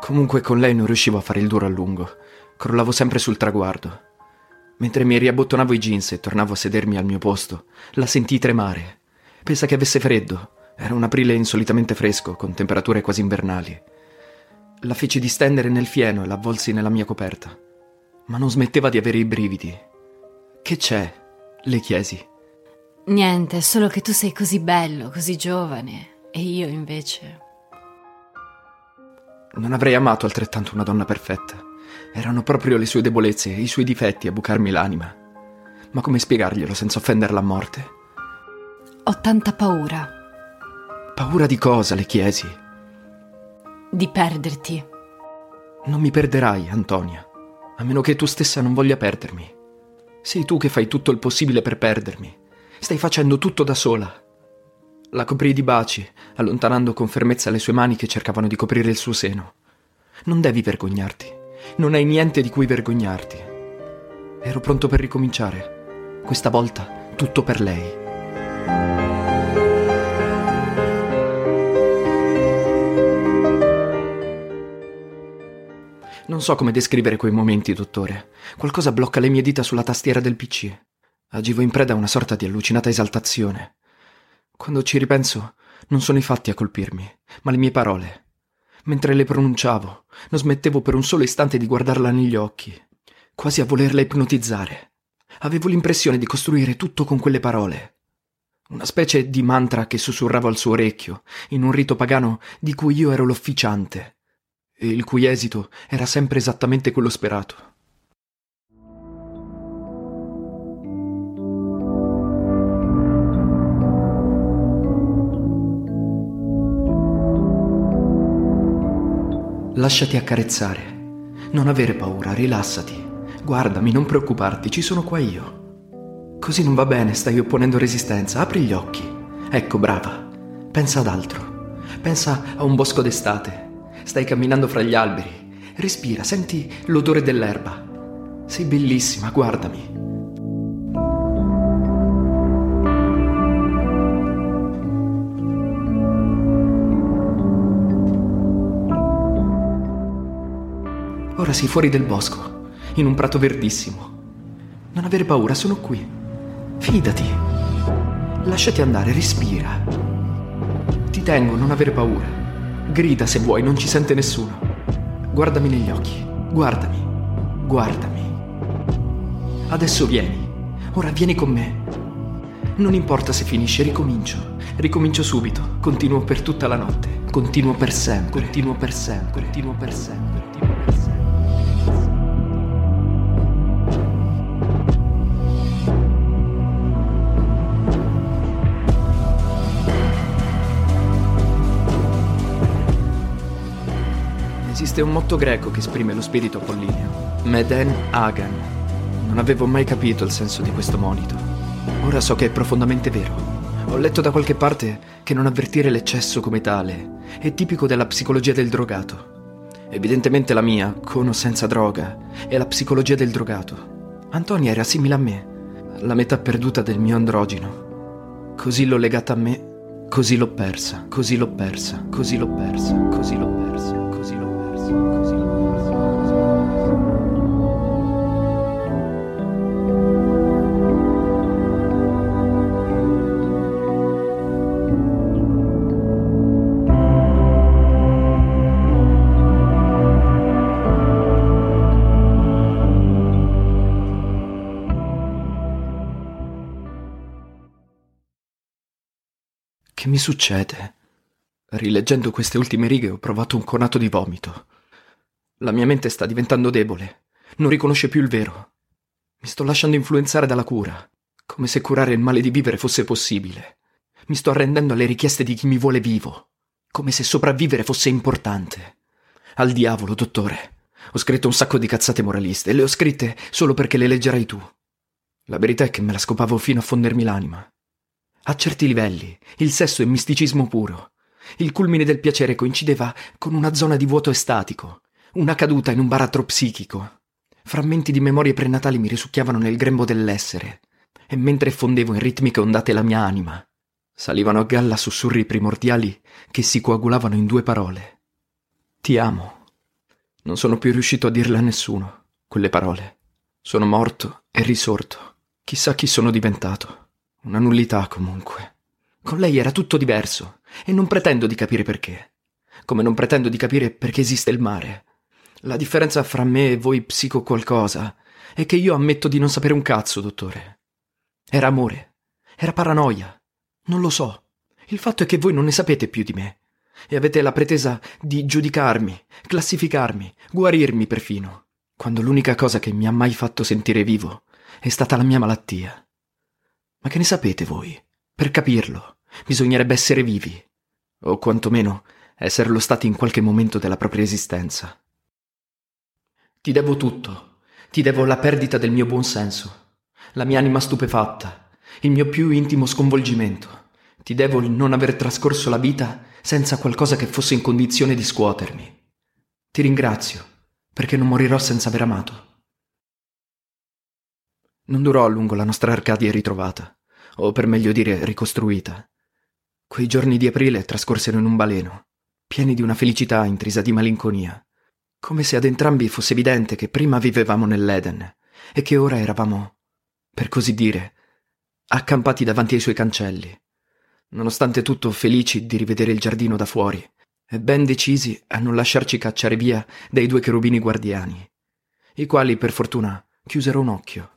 Comunque con lei non riuscivo a fare il duro a lungo. Crollavo sempre sul traguardo. Mentre mi riabbottonavo i jeans e tornavo a sedermi al mio posto, la sentii tremare. Pensa che avesse freddo. Era un aprile insolitamente fresco, con temperature quasi invernali. La feci distendere nel fieno e la avvolsi nella mia coperta. Ma non smetteva di avere i brividi. «Che c'è?» le chiesi. Niente, è solo che tu sei così bello, così giovane, e io invece... Non avrei amato altrettanto una donna perfetta. Erano proprio le sue debolezze e i suoi difetti a bucarmi l'anima. Ma come spiegarglielo senza offenderla a morte? Ho tanta paura. Paura di cosa, le chiesi? Di perderti. Non mi perderai, Antonia, a meno che tu stessa non voglia perdermi. Sei tu che fai tutto il possibile per perdermi. Stai facendo tutto da sola. La coprii di baci, allontanando con fermezza le sue mani che cercavano di coprire il suo seno. Non devi vergognarti. Non hai niente di cui vergognarti. Ero pronto per ricominciare. Questa volta tutto per lei. Non so come descrivere quei momenti, dottore. Qualcosa blocca le mie dita sulla tastiera del PC. Agivo in preda a una sorta di allucinata esaltazione. Quando ci ripenso, non sono i fatti a colpirmi, ma le mie parole. Mentre le pronunciavo, non smettevo per un solo istante di guardarla negli occhi, quasi a volerla ipnotizzare. Avevo l'impressione di costruire tutto con quelle parole. Una specie di mantra che sussurravo al suo orecchio, in un rito pagano di cui io ero l'officiante, e il cui esito era sempre esattamente quello sperato. Lasciati accarezzare. Non avere paura, rilassati. Guardami, non preoccuparti, ci sono qua io. Così non va bene, stai opponendo resistenza. Apri gli occhi. Ecco, brava. Pensa ad altro. Pensa a un bosco d'estate. Stai camminando fra gli alberi. Respira, senti l'odore dell'erba. Sei bellissima, guardami. Ora sei fuori del bosco, in un prato verdissimo. Non avere paura, sono qui. Fidati. Lasciati andare, respira. Ti tengo, non avere paura. Grida se vuoi, non ci sente nessuno. Guardami negli occhi. Guardami. Guardami. Adesso vieni. Ora vieni con me. Non importa se finisce, ricomincio. Ricomincio subito. Continuo per tutta la notte. Continuo per sempre. Continuo per sempre. Continuo per sempre. Continuo per sempre. Esiste un motto greco che esprime lo spirito apollineo. Meden Hagen. Non avevo mai capito il senso di questo monito. Ora so che è profondamente vero. Ho letto da qualche parte che non avvertire l'eccesso come tale è tipico della psicologia del drogato. Evidentemente la mia, con o senza droga, è la psicologia del drogato. Antonia era simile a me, la metà perduta del mio androgeno. Così l'ho legata a me, così l'ho persa, così l'ho persa, così l'ho persa, così l'ho persa, così l'ho persa. Che mi succede? Rileggendo queste ultime righe ho provato un conato di vomito. La mia mente sta diventando debole, non riconosce più il vero. Mi sto lasciando influenzare dalla cura, come se curare il male di vivere fosse possibile. Mi sto arrendendo alle richieste di chi mi vuole vivo, come se sopravvivere fosse importante. Al diavolo, dottore. Ho scritto un sacco di cazzate moraliste e le ho scritte solo perché le leggerai tu. La verità è che me la scopavo fino a fondermi l'anima. A certi livelli, il sesso è misticismo puro. Il culmine del piacere coincideva con una zona di vuoto estatico, una caduta in un baratro psichico. Frammenti di memorie prenatali mi risucchiavano nel grembo dell'essere, e mentre fondevo in ritmiche ondate la mia anima, salivano a galla sussurri primordiali che si coagulavano in due parole. Ti amo. Non sono più riuscito a dirle a nessuno quelle parole. Sono morto e risorto. Chissà chi sono diventato. Una nullità, comunque. Con lei era tutto diverso e non pretendo di capire perché. Come non pretendo di capire perché esiste il mare. La differenza fra me e voi psico qualcosa è che io ammetto di non sapere un cazzo, dottore. Era amore. Era paranoia. Non lo so. Il fatto è che voi non ne sapete più di me. E avete la pretesa di giudicarmi, classificarmi, guarirmi perfino, quando l'unica cosa che mi ha mai fatto sentire vivo è stata la mia malattia. Ma che ne sapete voi? Per capirlo, bisognerebbe essere vivi, o quantomeno esserlo stati in qualche momento della propria esistenza. Ti devo tutto. Ti devo la perdita del mio buon senso, la mia anima stupefatta, il mio più intimo sconvolgimento. Ti devo il non aver trascorso la vita senza qualcosa che fosse in condizione di scuotermi. Ti ringrazio, perché non morirò senza aver amato. Non durò a lungo la nostra Arcadia ritrovata, o per meglio dire ricostruita. Quei giorni di aprile trascorsero in un baleno, pieni di una felicità intrisa di malinconia, come se ad entrambi fosse evidente che prima vivevamo nell'Eden e che ora eravamo, per così dire, accampati davanti ai suoi cancelli, nonostante tutto felici di rivedere il giardino da fuori e ben decisi a non lasciarci cacciare via dai due cherubini guardiani, i quali per fortuna chiusero un occhio.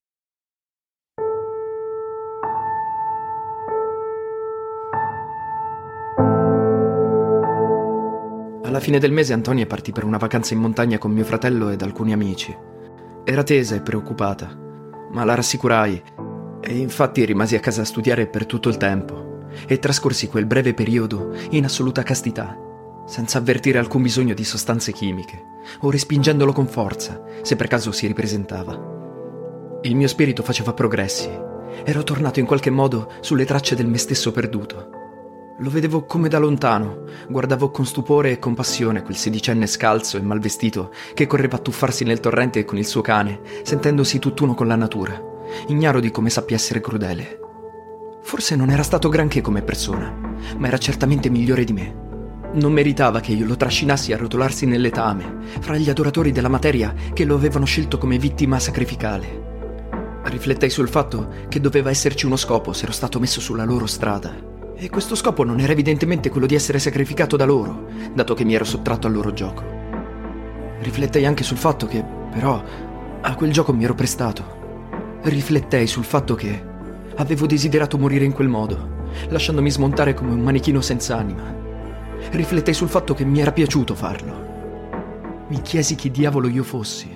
Alla fine del mese Antonia partì per una vacanza in montagna con mio fratello ed alcuni amici. Era tesa e preoccupata, ma la rassicurai e infatti rimasi a casa a studiare per tutto il tempo e trascorsi quel breve periodo in assoluta castità, senza avvertire alcun bisogno di sostanze chimiche o respingendolo con forza se per caso si ripresentava. Il mio spirito faceva progressi, ero tornato in qualche modo sulle tracce del me stesso perduto. Lo vedevo come da lontano, guardavo con stupore e compassione quel sedicenne scalzo e malvestito che correva a tuffarsi nel torrente con il suo cane, sentendosi tutt'uno con la natura, ignaro di come sappia essere crudele. Forse non era stato granché come persona, ma era certamente migliore di me. Non meritava che io lo trascinassi a rotolarsi nel letame, fra gli adoratori della materia che lo avevano scelto come vittima sacrificale. Riflettei sul fatto che doveva esserci uno scopo se ero stato messo sulla loro strada. E questo scopo non era evidentemente quello di essere sacrificato da loro, dato che mi ero sottratto al loro gioco. Riflettei anche sul fatto che, però, a quel gioco mi ero prestato. Riflettei sul fatto che avevo desiderato morire in quel modo, lasciandomi smontare come un manichino senza anima. Riflettei sul fatto che mi era piaciuto farlo. Mi chiesi chi diavolo io fossi.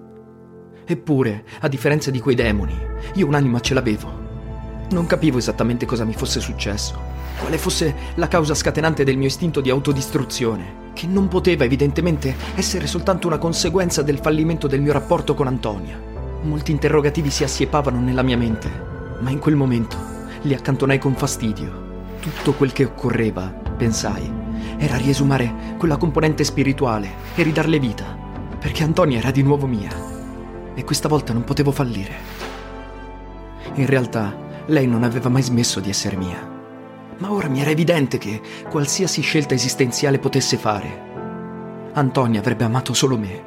Eppure, a differenza di quei demoni, io un'anima ce l'avevo. Non capivo esattamente cosa mi fosse successo, quale fosse la causa scatenante del mio istinto di autodistruzione, che non poteva evidentemente essere soltanto una conseguenza del fallimento del mio rapporto con Antonia. Molti interrogativi si assiepavano nella mia mente, ma in quel momento li accantonai con fastidio. Tutto quel che occorreva, pensai, era riesumare quella componente spirituale e ridarle vita, perché Antonia era di nuovo mia, e questa volta non potevo fallire. In realtà, lei non aveva mai smesso di essere mia, ma ora mi era evidente che, qualsiasi scelta esistenziale potesse fare, Antonia avrebbe amato solo me.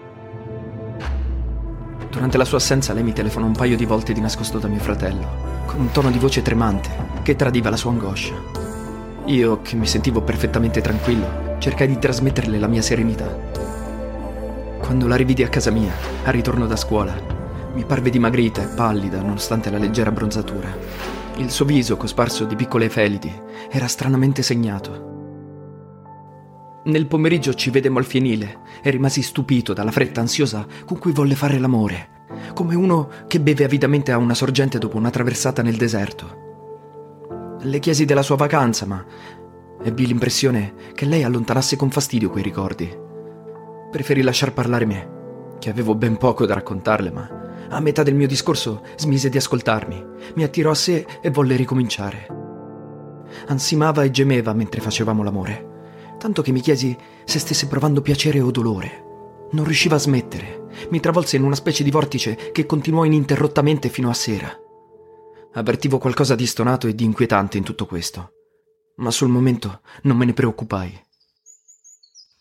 Durante la sua assenza lei mi telefonò un paio di volte di nascosto da mio fratello, con un tono di voce tremante che tradiva la sua angoscia. Io, che mi sentivo perfettamente tranquillo, cercai di trasmetterle la mia serenità. Quando la rividi a casa mia, al ritorno da scuola, mi parve dimagrita e pallida nonostante la leggera abbronzatura. Il suo viso, cosparso di piccole felidi, era stranamente segnato. Nel pomeriggio ci vedemmo al fienile e rimasi stupito dalla fretta ansiosa con cui volle fare l'amore, come uno che beve avidamente a una sorgente dopo una traversata nel deserto. Le chiesi della sua vacanza, ma ebbi l'impressione che lei allontanasse con fastidio quei ricordi. Preferì lasciar parlare me, che avevo ben poco da raccontarle, ma a metà del mio discorso smise di ascoltarmi, mi attirò a sé e volle ricominciare. Ansimava e gemeva mentre facevamo l'amore, tanto che mi chiesi se stesse provando piacere o dolore. Non riusciva a smettere, mi travolse in una specie di vortice che continuò ininterrottamente fino a sera. Avvertivo qualcosa di stonato e di inquietante in tutto questo, ma sul momento non me ne preoccupai.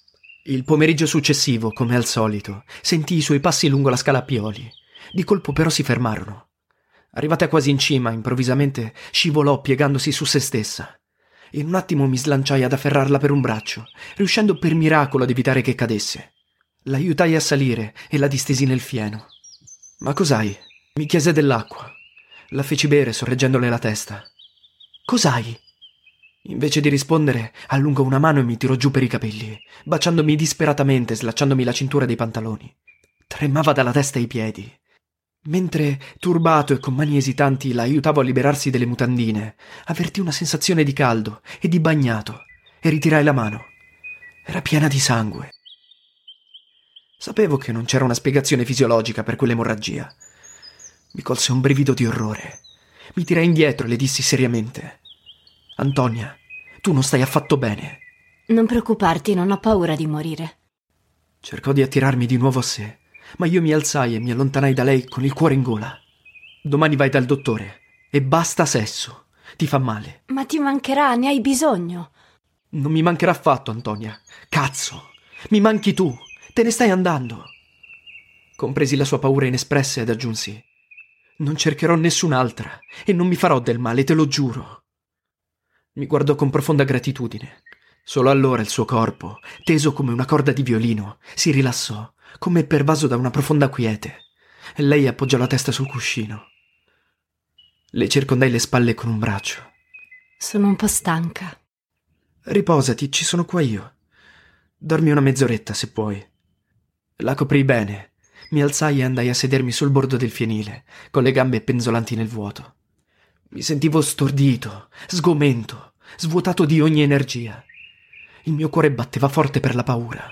Il pomeriggio successivo, come al solito, sentii i suoi passi lungo la scala a pioli. Di colpo però si fermarono. Arrivata quasi in cima, improvvisamente scivolò piegandosi su se stessa. In un attimo mi slanciai ad afferrarla per un braccio, riuscendo per miracolo ad evitare che cadesse. L'aiutai a salire e la distesi nel fieno. «Ma cos'hai?» Mi chiese dell'acqua. La feci bere sorreggendole la testa. «Cos'hai?» Invece di rispondere, allungò una mano e mi tirò giù per i capelli, baciandomi disperatamente, slacciandomi la cintura dei pantaloni. Tremava dalla testa ai piedi. Mentre, turbato e con mani esitanti, la aiutavo a liberarsi delle mutandine, avvertì una sensazione di caldo e di bagnato e ritirai la mano. Era piena di sangue. Sapevo che non c'era una spiegazione fisiologica per quell'emorragia. Mi colse un brivido di orrore. Mi tirai indietro e le dissi seriamente: «Antonia, tu non stai affatto bene». Non preoccuparti, non ho paura di morire. Cercò di attirarmi di nuovo a sé, ma io mi alzai e mi allontanai da lei con il cuore in gola. «Domani vai dal dottore e basta sesso. Ti fa male». Ma ti mancherà, ne hai bisogno. «Non mi mancherà affatto, Antonia. Cazzo, mi manchi tu. Te ne stai andando». Compresi la sua paura inespressa ed aggiunsi: «Non cercherò nessun'altra e non mi farò del male, te lo giuro». Mi guardò con profonda gratitudine. Solo allora il suo corpo, teso come una corda di violino, si rilassò, come pervaso da una profonda quiete, e lei appoggiò la testa sul cuscino. Le circondai le spalle con un braccio. Sono un po' stanca. «Riposati, ci sono qua io. Dormi una mezz'oretta, se puoi». La coprii bene. Mi alzai e andai a sedermi sul bordo del fienile, con le gambe penzolanti nel vuoto. Mi sentivo stordito, sgomento, svuotato di ogni energia. Il mio cuore batteva forte per la paura.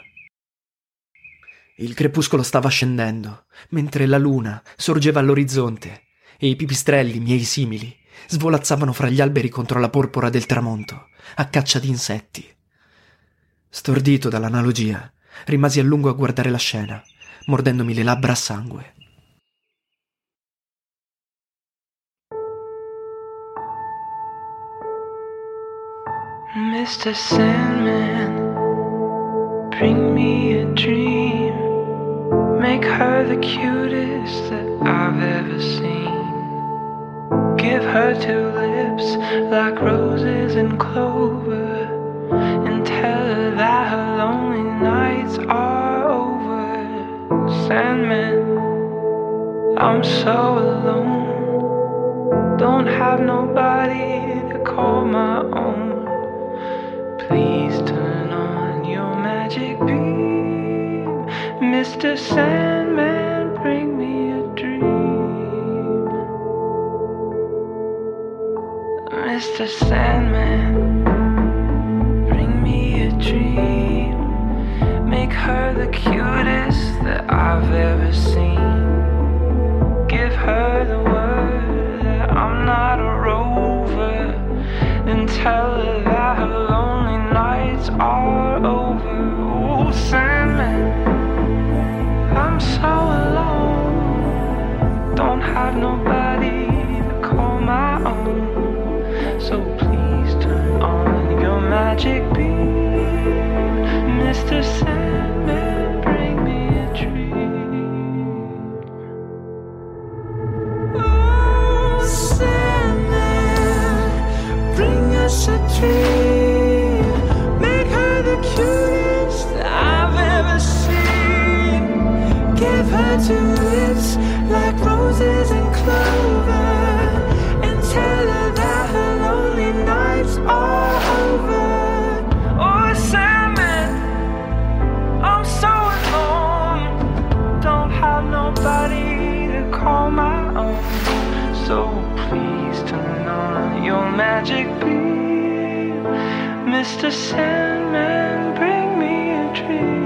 Il crepuscolo stava scendendo, mentre la luna sorgeva all'orizzonte e i pipistrelli, miei simili, svolazzavano fra gli alberi contro la porpora del tramonto, a caccia di insetti. Stordito dall'analogia, rimasi a lungo a guardare la scena, mordendomi le labbra a sangue. Mr. Sandman, bring me a dream. Make her the cutest that I've ever seen. Give her two lips like roses and clover, and tell her that her lonely nights are over. Sandman, I'm so alone, don't have nobody to call my own. Please turn on your magic beam. Mr. Sandman, bring me a dream. Mr. Sandman, bring me a dream. Make her the cutest that I've ever seen. Give her the word that I'm not a rover, and tell her that her lonely nights are over. Oh, Sandman, I'm so alone, don't have nobody to call my own. So please turn on your magic beam. Mr. Sandman, bring me a dream. Oh, Sandman, bring us a dream. Make her the cutest that I've ever seen. Give her two lips like roses and clover, and tell her that her lonely nights are over. Oh, Sandman, I'm so alone, don't have nobody to call my own. So please turn on your magic beam. Mr. Sandman, bring me a dream.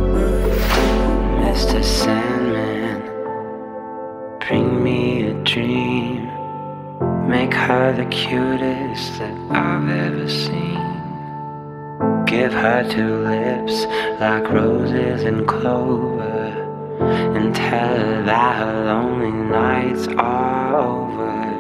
Mr. Sandman, bring me a dream. cutest that I've ever seen. Give her two lips like roses and clover, and tell her that her lonely nights are over.